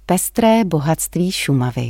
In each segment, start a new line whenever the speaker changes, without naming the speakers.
Pestré bohatství Šumavy.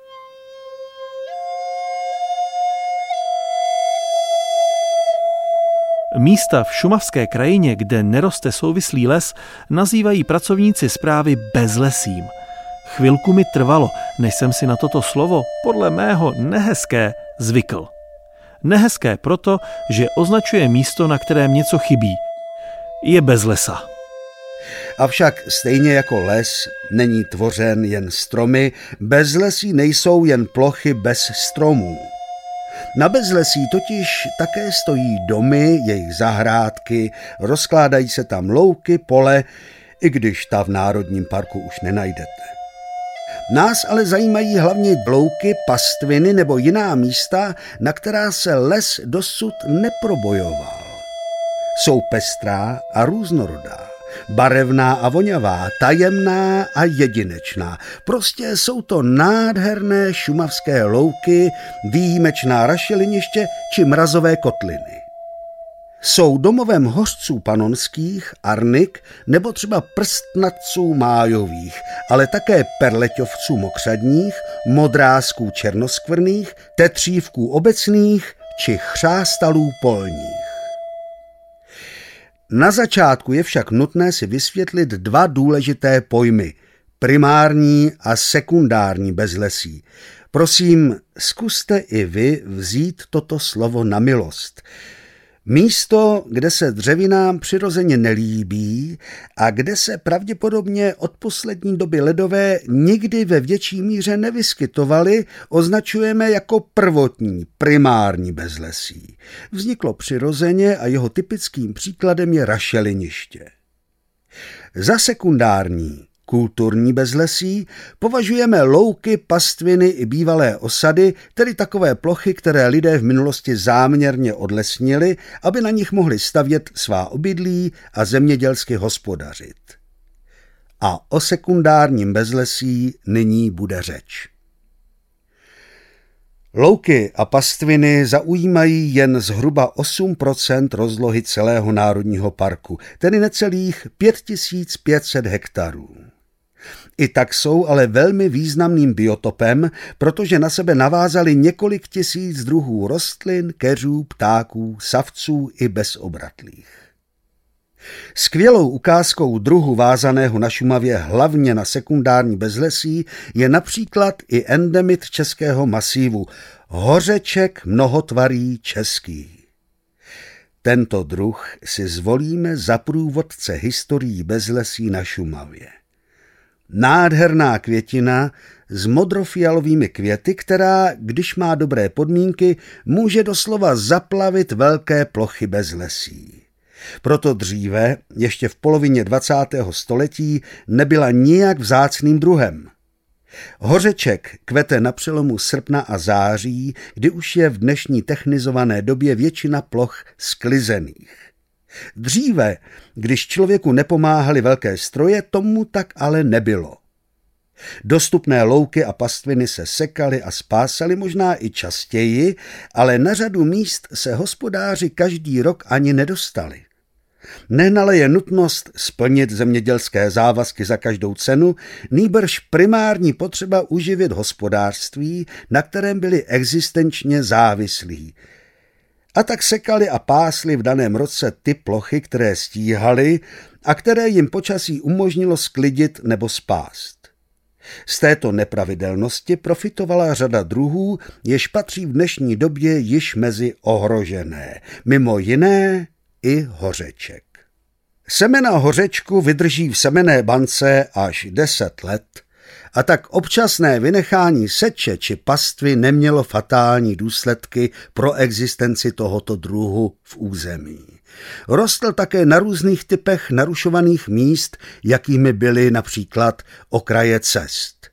Místa v šumavské krajině, kde neroste souvislý les, nazývají pracovníci správy bezlesím. Chvilku mi trvalo, než jsem si na toto slovo, podle mého nehezké, zvykl. Nehezké proto, že označuje místo, na kterém něco chybí. Je bez lesa.
Avšak stejně jako les není tvořen jen stromy, bezlesí nejsou jen plochy bez stromů. Na bezlesí totiž také stojí domy, jejich zahrádky, rozkládají se tam louky, pole, i když ta v Národním parku už nenajdete. Nás ale zajímají hlavně louky, pastviny nebo jiná místa, na která se les dosud neprobojoval. Jsou pestrá a různorodá, barevná a vonavá, tajemná a jedinečná. Prostě jsou to nádherné šumavské louky, výjimečná rašeliniště či mrazové kotliny. Jsou domovem hořců panonských, arnik nebo třeba prstnatců májových, ale také perleťovců mokřadních, modrázků černoskvrných, tetřívků obecných či chřástalů polních. Na začátku je však nutné si vysvětlit dva důležité pojmy, primární a sekundární bezlesí. Prosím, zkuste i vy vzít toto slovo na milost. Místo, kde se dřevinám přirozeně nelíbí a kde se pravděpodobně od poslední doby ledové nikdy ve větší míře nevyskytovaly, označujeme jako prvotní, primární bezlesí. Vzniklo přirozeně a jeho typickým příkladem je rašeliniště. Za sekundární, kulturní bezlesí považujeme louky, pastviny i bývalé osady, tedy takové plochy, které lidé v minulosti záměrně odlesnili, aby na nich mohli stavět svá obydlí a zemědělsky hospodařit. A o sekundárním bezlesí nyní bude řeč. Louky a pastviny zaujímají jen zhruba 8% rozlohy celého národního parku, tedy necelých 5500 hektarů. I tak jsou ale velmi významným biotopem, protože na sebe navázali několik tisíc druhů rostlin, keřů, ptáků, savců i bezobratlých. Skvělou ukázkou druhu vázaného na Šumavě hlavně na sekundární bezlesí je například i endemit českého masívu, hořeček mnohotvarý český. Tento druh si zvolíme za průvodce historií bezlesí na Šumavě. Nádherná květina s modrofialovými květy, která, když má dobré podmínky, může doslova zaplavit velké plochy bezlesí. Proto dříve, ještě v polovině 20. století, nebyla nijak vzácným druhem. Hořeček kvete na přelomu srpna a září, kdy už je v dnešní technizované době většina ploch sklizených. Dříve, když člověku nepomáhaly velké stroje, tomu tak ale nebylo. Dostupné louky a pastviny se sekaly a spásaly možná i častěji, ale na řadu míst se hospodáři každý rok ani nedostali. Nehnala je nutnost splnit zemědělské závazky za každou cenu, nýbrž primární potřeba uživit hospodářství, na kterém byli existenčně závislí. A tak sekali a pásli v daném roce ty plochy, které stíhali a které jim počasí umožnilo sklidit nebo spást. Z této nepravidelnosti profitovala řada druhů, jež patří v dnešní době již mezi ohrožené, mimo jiné i hořeček. Semena hořečku vydrží v semenné bance až 10 let, a tak občasné vynechání seče či pastvy nemělo fatální důsledky pro existenci tohoto druhu v území. Rostl také na různých typech narušovaných míst, jakými byly například okraje cest.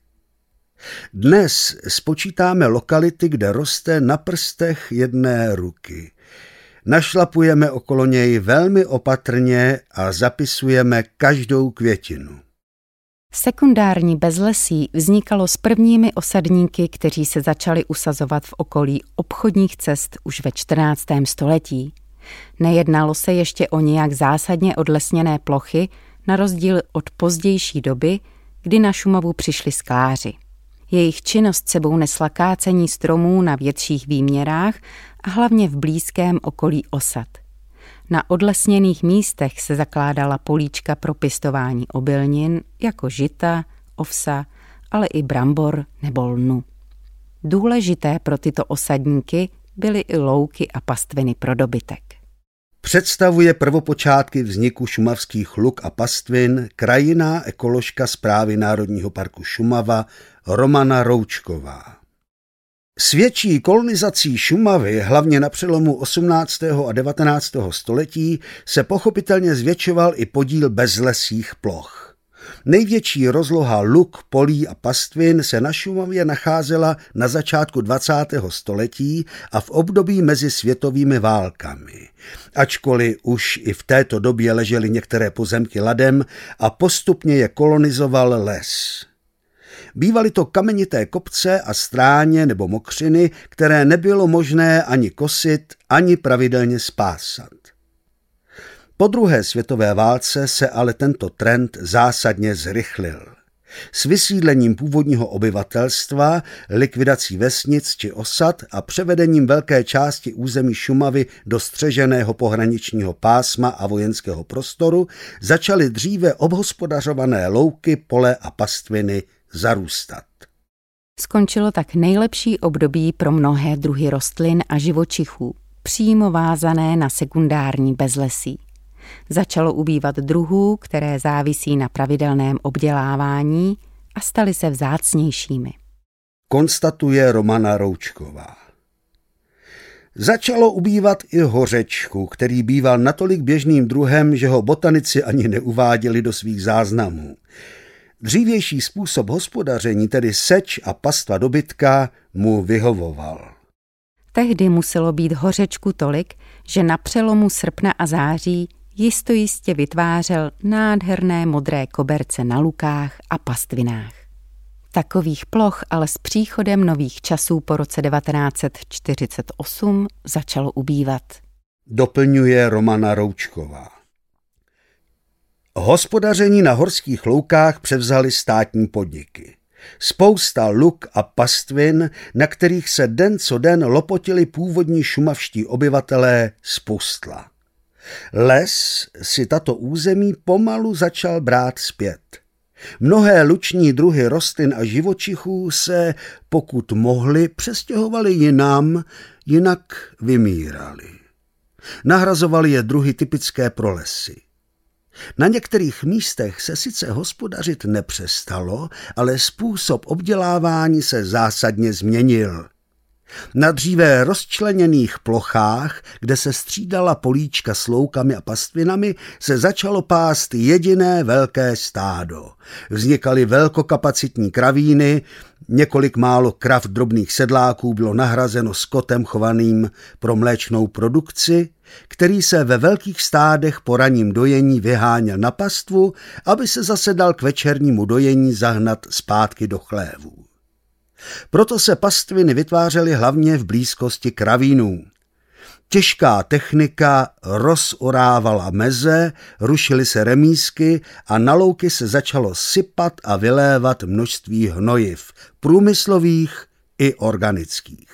Dnes spočítáme lokality, kde roste na prstech jedné ruky. Našlapujeme okolo něj velmi opatrně a zapisujeme každou květinu.
Sekundární bezlesí vznikalo s prvními osadníky, kteří se začali usazovat v okolí obchodních cest už ve 14. století. Nejednalo se ještě o nějak zásadně odlesněné plochy, na rozdíl od pozdější doby, kdy na Šumavu přišli skláři. Jejich činnost sebou nesla kácení stromů na větších výměrách a hlavně v blízkém okolí osad. Na odlesněných místech se zakládala políčka pro pěstování obilnin, jako žita, ovsa, ale i brambor nebo lnu. Důležité pro tyto osadníky byly i louky a pastviny pro dobytek.
Představuje prvopočátky vzniku šumavských luk a pastvin krajinná ekoložka Správy Národního parku Šumava Romana Roučková. S větší kolonizací Šumavy, hlavně na přelomu 18. a 19. století, se pochopitelně zvětšoval i podíl bezlesých ploch. Největší rozloha luk, polí a pastvin se na Šumavě nacházela na začátku 20. století a v období mezi světovými válkami. Ačkoliv už i v této době ležely některé pozemky ladem a postupně je kolonizoval les. Bývaly to kamenité kopce a stráně nebo mokřiny, které nebylo možné ani kosit, ani pravidelně spásat. Po druhé světové válce se ale tento trend zásadně zrychlil. S vysídlením původního obyvatelstva, likvidací vesnic či osad a převedením velké části území Šumavy do střeženého pohraničního pásma a vojenského prostoru začaly dříve obhospodařované louky, pole a pastviny zarůstat.
Skončilo tak nejlepší období pro mnohé druhy rostlin a živočichů, přímo vázané na sekundární bezlesí. Začalo ubývat druhů, které závisí na pravidelném obdělávání a staly se vzácnějšími.
Konstatuje Romana Roučková. Začalo ubývat i hořečku, který býval natolik běžným druhem, že ho botanici ani neuváděli do svých záznamů. Dřívější způsob hospodaření, tedy seč a pastva dobytka, mu vyhovoval.
Tehdy muselo být hořečku tolik, že na přelomu srpna a září jistojistě vytvářel nádherné modré koberce na lukách a pastvinách. Takových ploch ale s příchodem nových časů po roce 1948 začalo ubývat.
Doplňuje Romana Roučková. Hospodaření na horských loukách převzaly státní podniky. Spousta luk a pastvin, na kterých se den co den lopotili původní šumavští obyvatelé, spustla. Les si tato území pomalu začal brát zpět. Mnohé luční druhy rostlin a živočichů se, pokud mohli, přestěhovali jinam, jinak vymírali. Nahrazovali je druhy typické pro lesy. Na některých místech se sice hospodařit nepřestalo, ale způsob obdělávání se zásadně změnil. Na dříve rozčleněných plochách, kde se střídala políčka s loukami a pastvinami, se začalo pást jediné velké stádo. Vznikaly velkokapacitní kravíny, několik málo krav drobných sedláků bylo nahrazeno skotem chovaným pro mléčnou produkci, který se ve velkých stádech po ranním dojení vyháněl na pastvu, aby se zase dal k večernímu dojení zahnat zpátky do chlévů. Proto se pastviny vytvářely hlavně v blízkosti kravínů. Těžká technika rozorávala meze, rušily se remízky a na louky se začalo sypat a vylévat množství hnojiv, průmyslových i organických.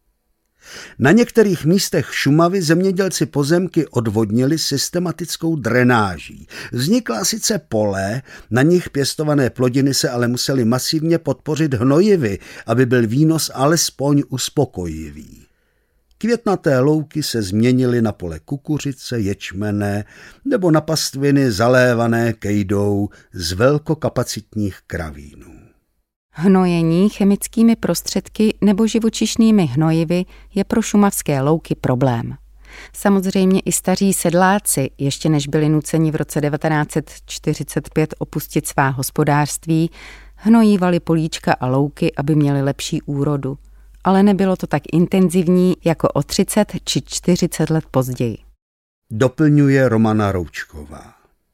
Na některých místech Šumavy zemědělci pozemky odvodnili systematickou drenáží. Vznikla sice pole, na nich pěstované plodiny se ale musely masivně podpořit hnojivy, aby byl výnos alespoň uspokojivý. Květnaté louky se změnily na pole kukuřice, ječmene nebo na pastviny zalévané kejdou z velkokapacitních kravínů.
Hnojení chemickými prostředky nebo živočišnými hnojivy je pro šumavské louky problém. Samozřejmě i staří sedláci, ještě než byli nuceni v roce 1945 opustit svá hospodářství, hnojívali políčka a louky, aby měli lepší úrodu. Ale nebylo to tak intenzivní jako o 30 či 40 let později.
Doplňuje Romana Roučková.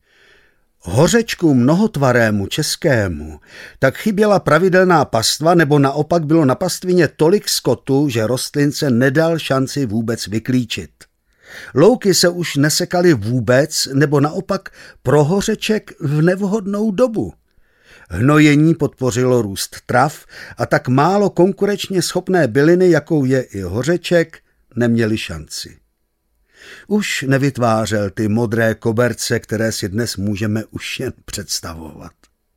Hořečku mnohotvarému českému tak chyběla pravidelná pastva, nebo naopak bylo na pastvině tolik skotu, že rostlince nedal šanci vůbec vyklíčit. Louky se už nesekaly vůbec, nebo naopak pro hořeček v nevhodnou dobu. Hnojení podpořilo růst trav a tak málo konkurenčně schopné byliny, jakou je i hořeček, neměly šanci. Už nevytvářel ty modré koberce, které si dnes můžeme už jen představovat.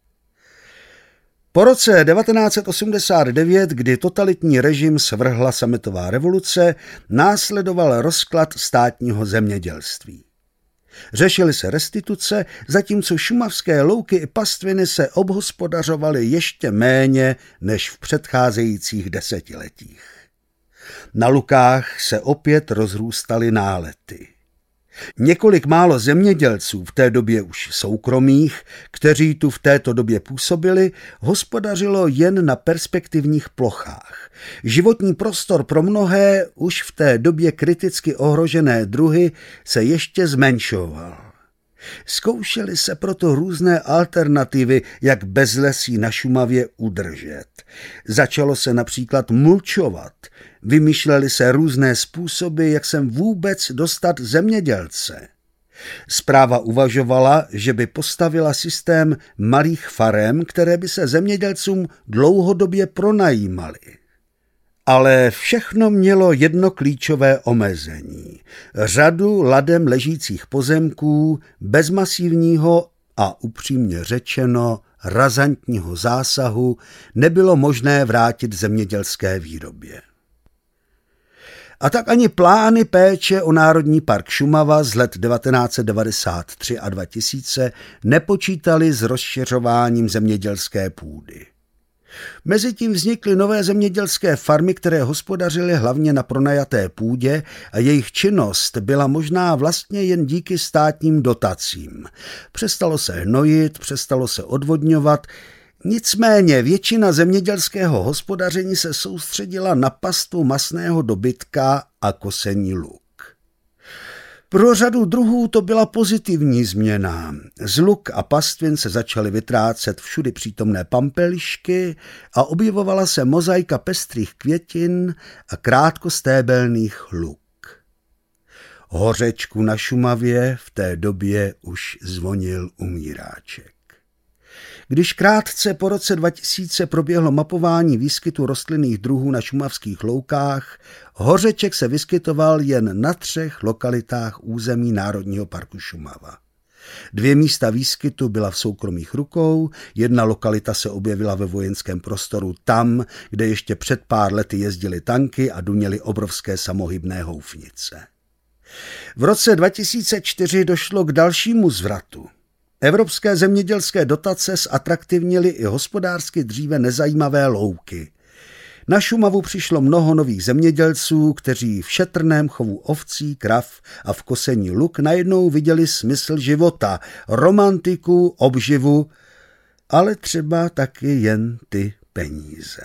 Po roce 1989, kdy totalitní režim svrhla sametová revoluce, následoval rozklad státního zemědělství. Řešily se restituce, zatímco šumavské louky i pastviny se obhospodařovaly ještě méně než v předcházejících desetiletích. Na lukách se opět rozrůstaly nálety. Několik málo zemědělců, v té době už soukromých, kteří tu v této době působili, hospodařilo jen na perspektivních plochách. Životní prostor pro mnohé, už v té době kriticky ohrožené druhy, se ještě zmenšoval. Zkoušely se proto různé alternativy, jak bezlesí na Šumavě udržet. Začalo se například mulčovat. Vymýšlely se různé způsoby, jak sem vůbec dostat zemědělce. Správa uvažovala, že by postavila systém malých farem, které by se zemědělcům dlouhodobě pronajímaly. Ale všechno mělo jedno klíčové omezení. Řadu ladem ležících pozemků, bez masivního a upřímně řečeno razantního zásahu nebylo možné vrátit zemědělské výrobě. A tak ani plány péče o Národní park Šumava z let 1993 a 2000 nepočítaly s rozšiřováním zemědělské půdy. Mezitím vznikly nové zemědělské farmy, které hospodařily hlavně na pronajaté půdě a jejich činnost byla možná vlastně jen díky státním dotacím. Přestalo se hnojit, přestalo se odvodňovat, nicméně většina zemědělského hospodaření se soustředila na pastvu masného dobytka a kosení luk. Pro řadu druhů to byla pozitivní změna. Z luk a pastvin se začaly vytrácet všudy přítomné pampelišky a objevovala se mozaika pestrých květin a krátkostébelných luk. Hořečku na Šumavě v té době už zvonil umíráček. Když krátce po roce 2000 proběhlo mapování výskytu rostlinných druhů na šumavských loukách, hořeček se vyskytoval jen na 3 lokalitách území Národního parku Šumava. 2 místa výskytu byla v soukromých rukou, 1 lokalita se objevila ve vojenském prostoru tam, kde ještě před pár lety jezdily tanky a duněly obrovské samohybné houfnice. V roce 2004 došlo k dalšímu zvratu. Evropské zemědělské dotace zatraktivnily i hospodářsky dříve nezajímavé louky. Na Šumavu přišlo mnoho nových zemědělců, kteří v šetrném chovu ovcí, krav a v kosení luk najednou viděli smysl života, romantiku, obživu, ale třeba taky jen ty peníze.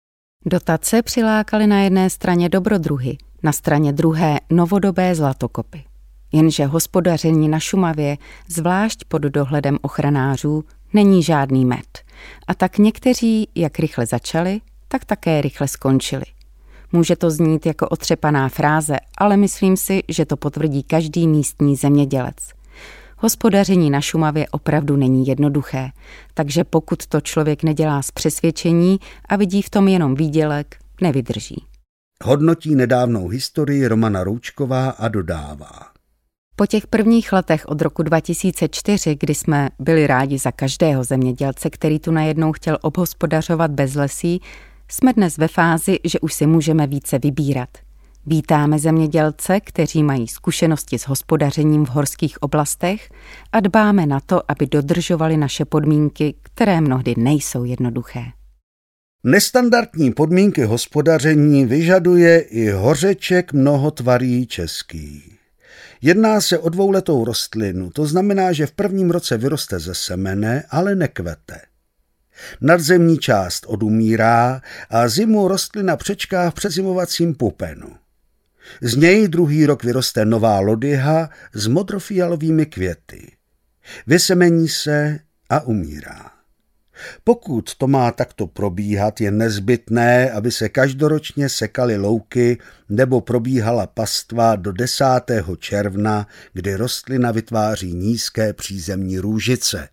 Dotace přilákaly na jedné straně dobrodruhy, na straně druhé novodobé zlatokopy. Jenže hospodaření na Šumavě, zvlášť pod dohledem ochranářů, není žádný med. A tak někteří, jak rychle začali, tak také rychle skončili. Může to znít jako otřepaná fráze, ale myslím si, že to potvrdí každý místní zemědělec. Hospodaření na Šumavě opravdu není jednoduché, takže pokud to člověk nedělá z přesvědčení a vidí v tom jenom výdělek, nevydrží.
Hodnotí nedávnou historii Romana Roučková a dodává.
Po těch prvních letech od roku 2004, kdy jsme byli rádi za každého zemědělce, který tu najednou chtěl obhospodařovat bezlesí, jsme dnes ve fázi, že už si můžeme více vybírat. Vítáme zemědělce, kteří mají zkušenosti s hospodařením v horských oblastech a dbáme na to, aby dodržovali naše podmínky, které mnohdy nejsou jednoduché.
Nestandardní podmínky hospodaření vyžaduje i hořeček mnohotvarý český. Jedná se o 2letou rostlinu, to znamená, že v prvním roce vyroste ze semene, ale nekvete. Nadzemní část odumírá a zimu rostlina přečká v předzimovacím pupenu. Z něj druhý rok vyroste nová lodyha s modrofialovými květy. Vysemení se a umírá. Pokud to má takto probíhat, je nezbytné, aby se každoročně sekaly louky nebo probíhala pastva do 10. června, kdy rostlina vytváří nízké přízemní růžice.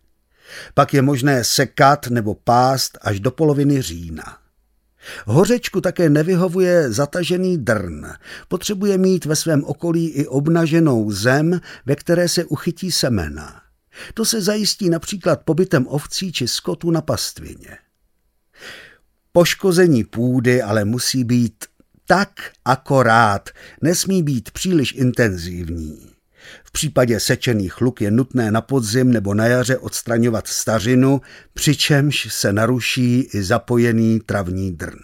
Pak je možné sekat nebo pást až do poloviny října. Hořečku také nevyhovuje zatažený drn. Potřebuje mít ve svém okolí i obnaženou zem, ve které se uchytí semena. To se zajistí například pobytem ovcí či skotu na pastvině. Poškození půdy ale musí být tak akorát, nesmí být příliš intenzivní. V případě sečených luk je nutné na podzim nebo na jaře odstraňovat stařinu, přičemž se naruší i zapojený travní drn.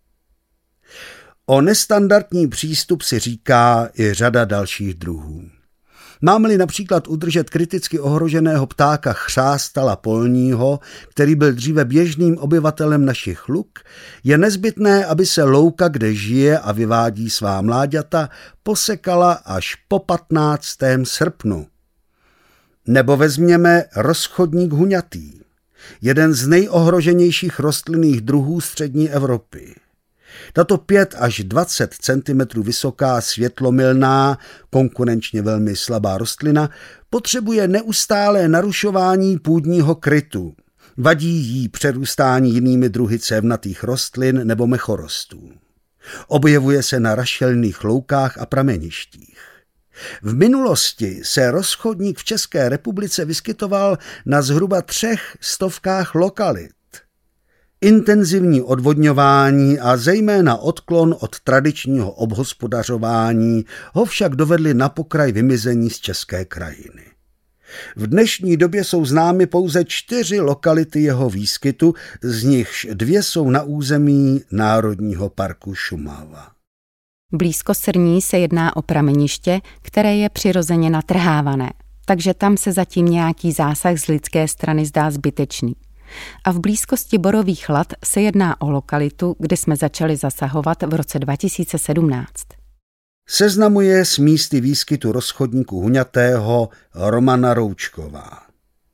O nestandardní přístup si říká i řada dalších druhů. Mám-li například udržet kriticky ohroženého ptáka chřástala polního, který byl dříve běžným obyvatelem našich luk, je nezbytné, aby se louka, kde žije a vyvádí svá mláďata, posekala až po 15. srpnu. Nebo vezměme rozchodník huňatý, jeden z nejohroženějších rostlinných druhů střední Evropy. Tato 5 až 20 cm vysoká světlomilná, konkurenčně velmi slabá rostlina potřebuje neustálé narušování půdního krytu. Vadí jí přerůstání jinými druhy cévnatých rostlin nebo mechorostů. Objevuje se na rašelných loukách a prameništích. V minulosti se rozchodník v České republice vyskytoval na zhruba 300 lokalit. Intenzivní odvodňování a zejména odklon od tradičního obhospodařování ho však dovedly na pokraj vymizení z české krajiny. V dnešní době jsou známy pouze 4 lokality jeho výskytu, z nichž 2 jsou na území Národního parku Šumava.
Blízko Srní se jedná o prameniště, které je přirozeně natrhávané, takže tam se zatím nějaký zásah z lidské strany zdá zbytečný. A v blízkosti Borových Lat se jedná o lokalitu, kde jsme začali zasahovat v roce 2017.
Seznamuje s místy výskytu rozchodníku huňatého Romana Roučková.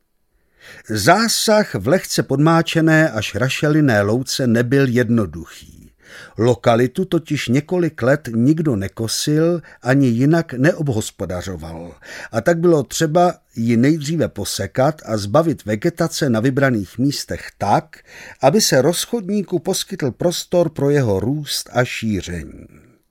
Zásah v lehce podmáčené až rašelinné louce nebyl jednoduchý. Lokalitu totiž několik let nikdo nekosil ani jinak neobhospodařoval a tak bylo třeba ji nejdříve posekat a zbavit vegetace na vybraných místech tak, aby se rozchodníku poskytl prostor pro jeho růst a šíření.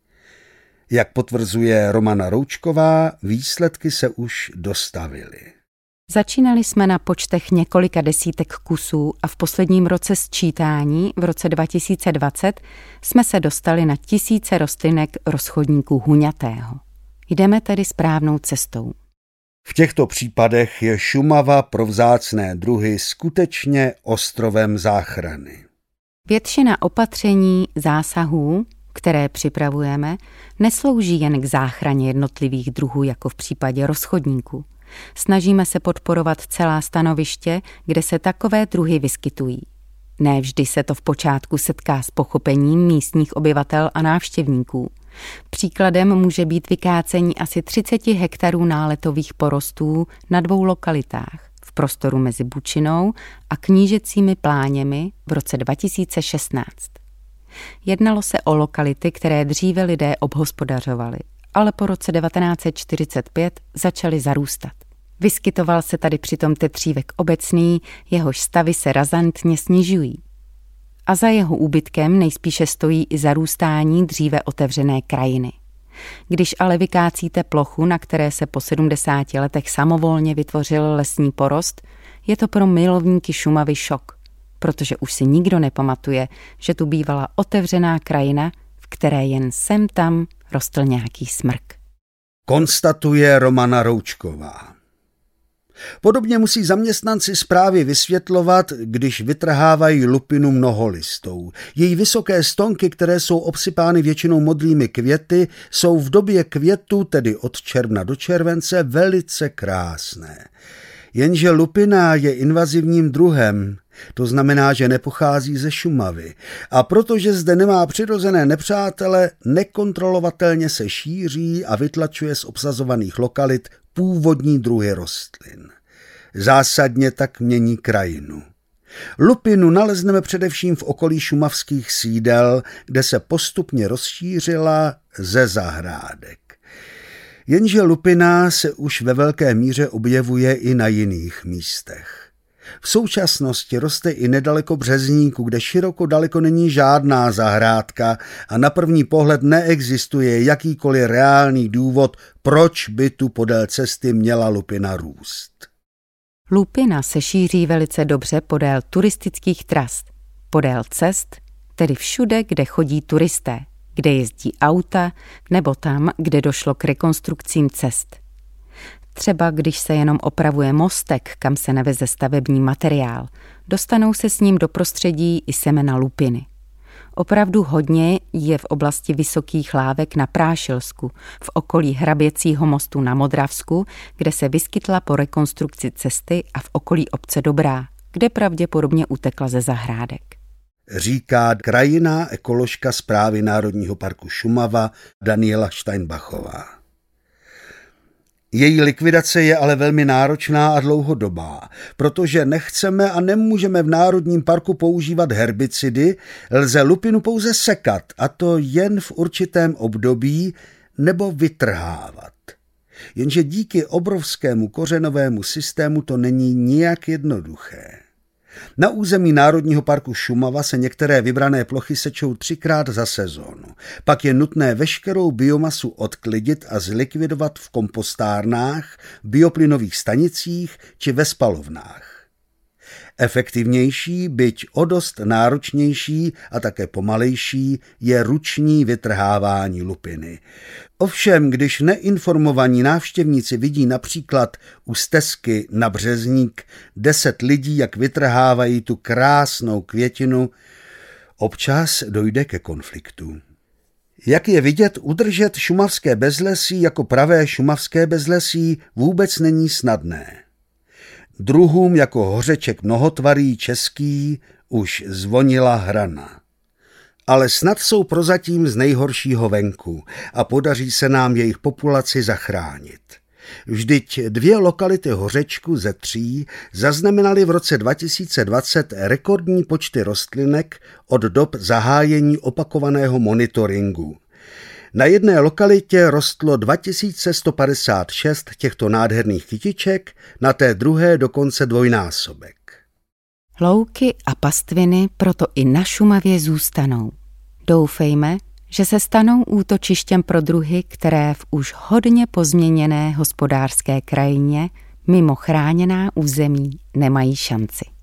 Jak potvrzuje Romana Roučková, výsledky se už dostavily.
Začínali jsme na počtech několika desítek kusů a v posledním roce sčítání, v roce 2020, jsme se dostali na tisíce rostlinek rozchodníku huňatého. Jdeme tedy správnou cestou.
V těchto případech je Šumava pro vzácné druhy skutečně ostrovem záchrany.
Většina opatření, zásahů, které připravujeme, neslouží jen k záchraně jednotlivých druhů, jako v případě rozchodníku. Snažíme se podporovat celá stanoviště, kde se takové druhy vyskytují. Ne vždy se to v počátku setká s pochopením místních obyvatel a návštěvníků. Příkladem může být vykácení asi 30 hektarů náletových porostů na 2 lokalitách, v prostoru mezi Bučinou a Knížecími Pláněmi v roce 2016. Jednalo se o lokality, které dříve lidé obhospodařovali, ale po roce 1945 začaly zarůstat. Vyskytoval se tady přitom tetřívek obecný, jehož stavy se razantně snižují. A za jeho úbytkem nejspíše stojí i zarůstání dříve otevřené krajiny. Když ale vykácíte plochu, na které se po 70 letech samovolně vytvořil lesní porost, je to pro milovníky Šumavy šok, protože už si nikdo nepamatuje, že tu bývala otevřená krajina, v které jen sem tam rostl nějaký smrk.
Konstatuje Romana Roučková. Podobně musí zaměstnanci správy vysvětlovat, když vytrhávají lupinu mnoholistou. Její vysoké stonky, které jsou obsypány většinou modrými květy, jsou v době květu, tedy od června do července, velice krásné. Jenže lupina je invazivním druhem, to znamená, že nepochází ze Šumavy. A protože zde nemá přirozené nepřátele, nekontrolovatelně se šíří a vytlačuje z obsazovaných lokalit původní druhy rostlin. Zásadně tak mění krajinu. Lupinu nalezneme především v okolí šumavských sídel, kde se postupně rozšířila ze zahrádek. Jenže lupina se už ve velké míře objevuje i na jiných místech. V současnosti roste i nedaleko Březníku, kde široko daleko není žádná zahrádka a na první pohled neexistuje jakýkoliv reálný důvod, proč by tu podél cesty měla lupina růst.
Lupina se šíří velice dobře podél turistických tras, podél cest, tedy všude, kde chodí turisté, kde jezdí auta nebo tam, kde došlo k rekonstrukcím cest. Třeba když se jenom opravuje mostek, kam se neveze stavební materiál, dostanou se s ním do prostředí i semena lupiny. Opravdu hodně je v oblasti Vysokých Lávek na Prášilsku, v okolí Hraběcího mostu na Modravsku, kde se vyskytla po rekonstrukci cesty, a v okolí obce Dobrá, kde pravděpodobně utekla ze zahrádek.
Říká krajinná ekoložka Správy Národního parku Šumava Daniela Steinbachová. Její likvidace je ale velmi náročná a dlouhodobá, protože nechceme a nemůžeme v Národním parku používat herbicidy, lze lupinu pouze sekat, a to jen v určitém období, nebo vytrhávat. Jenže díky obrovskému kořenovému systému to není nijak jednoduché. Na území Národního parku Šumava se některé vybrané plochy sečou 3krát za sezónu. Pak je nutné veškerou biomasu odklidit a zlikvidovat v kompostárnách, bioplynových stanicích či ve spalovnách. Efektivnější, byť o dost náročnější a také pomalejší je ruční vytrhávání lupiny. Ovšem, když neinformovaní návštěvníci vidí například u stezky na Březník 10 lidí, jak vytrhávají tu krásnou květinu, občas dojde ke konfliktu. Jak je vidět, udržet šumavské bezlesí jako pravé šumavské bezlesí vůbec není snadné. Druhům jako hořeček mnohotvarý český už zvonila hrana. Ale snad jsou prozatím z nejhoršího venku a podaří se nám jejich populaci zachránit. Vždyť 2 lokality hořečku ze 3 zaznamenaly v roce 2020 rekordní počty rostlinek od dob zahájení opakovaného monitoringu. Na jedné lokalitě rostlo 2156 těchto nádherných kytiček, na té druhé dokonce dvojnásobek.
Louky a pastviny proto i na Šumavě zůstanou. Doufejme, že se stanou útočištěm pro druhy, které v už hodně pozměněné hospodářské krajině mimo chráněná území nemají šanci.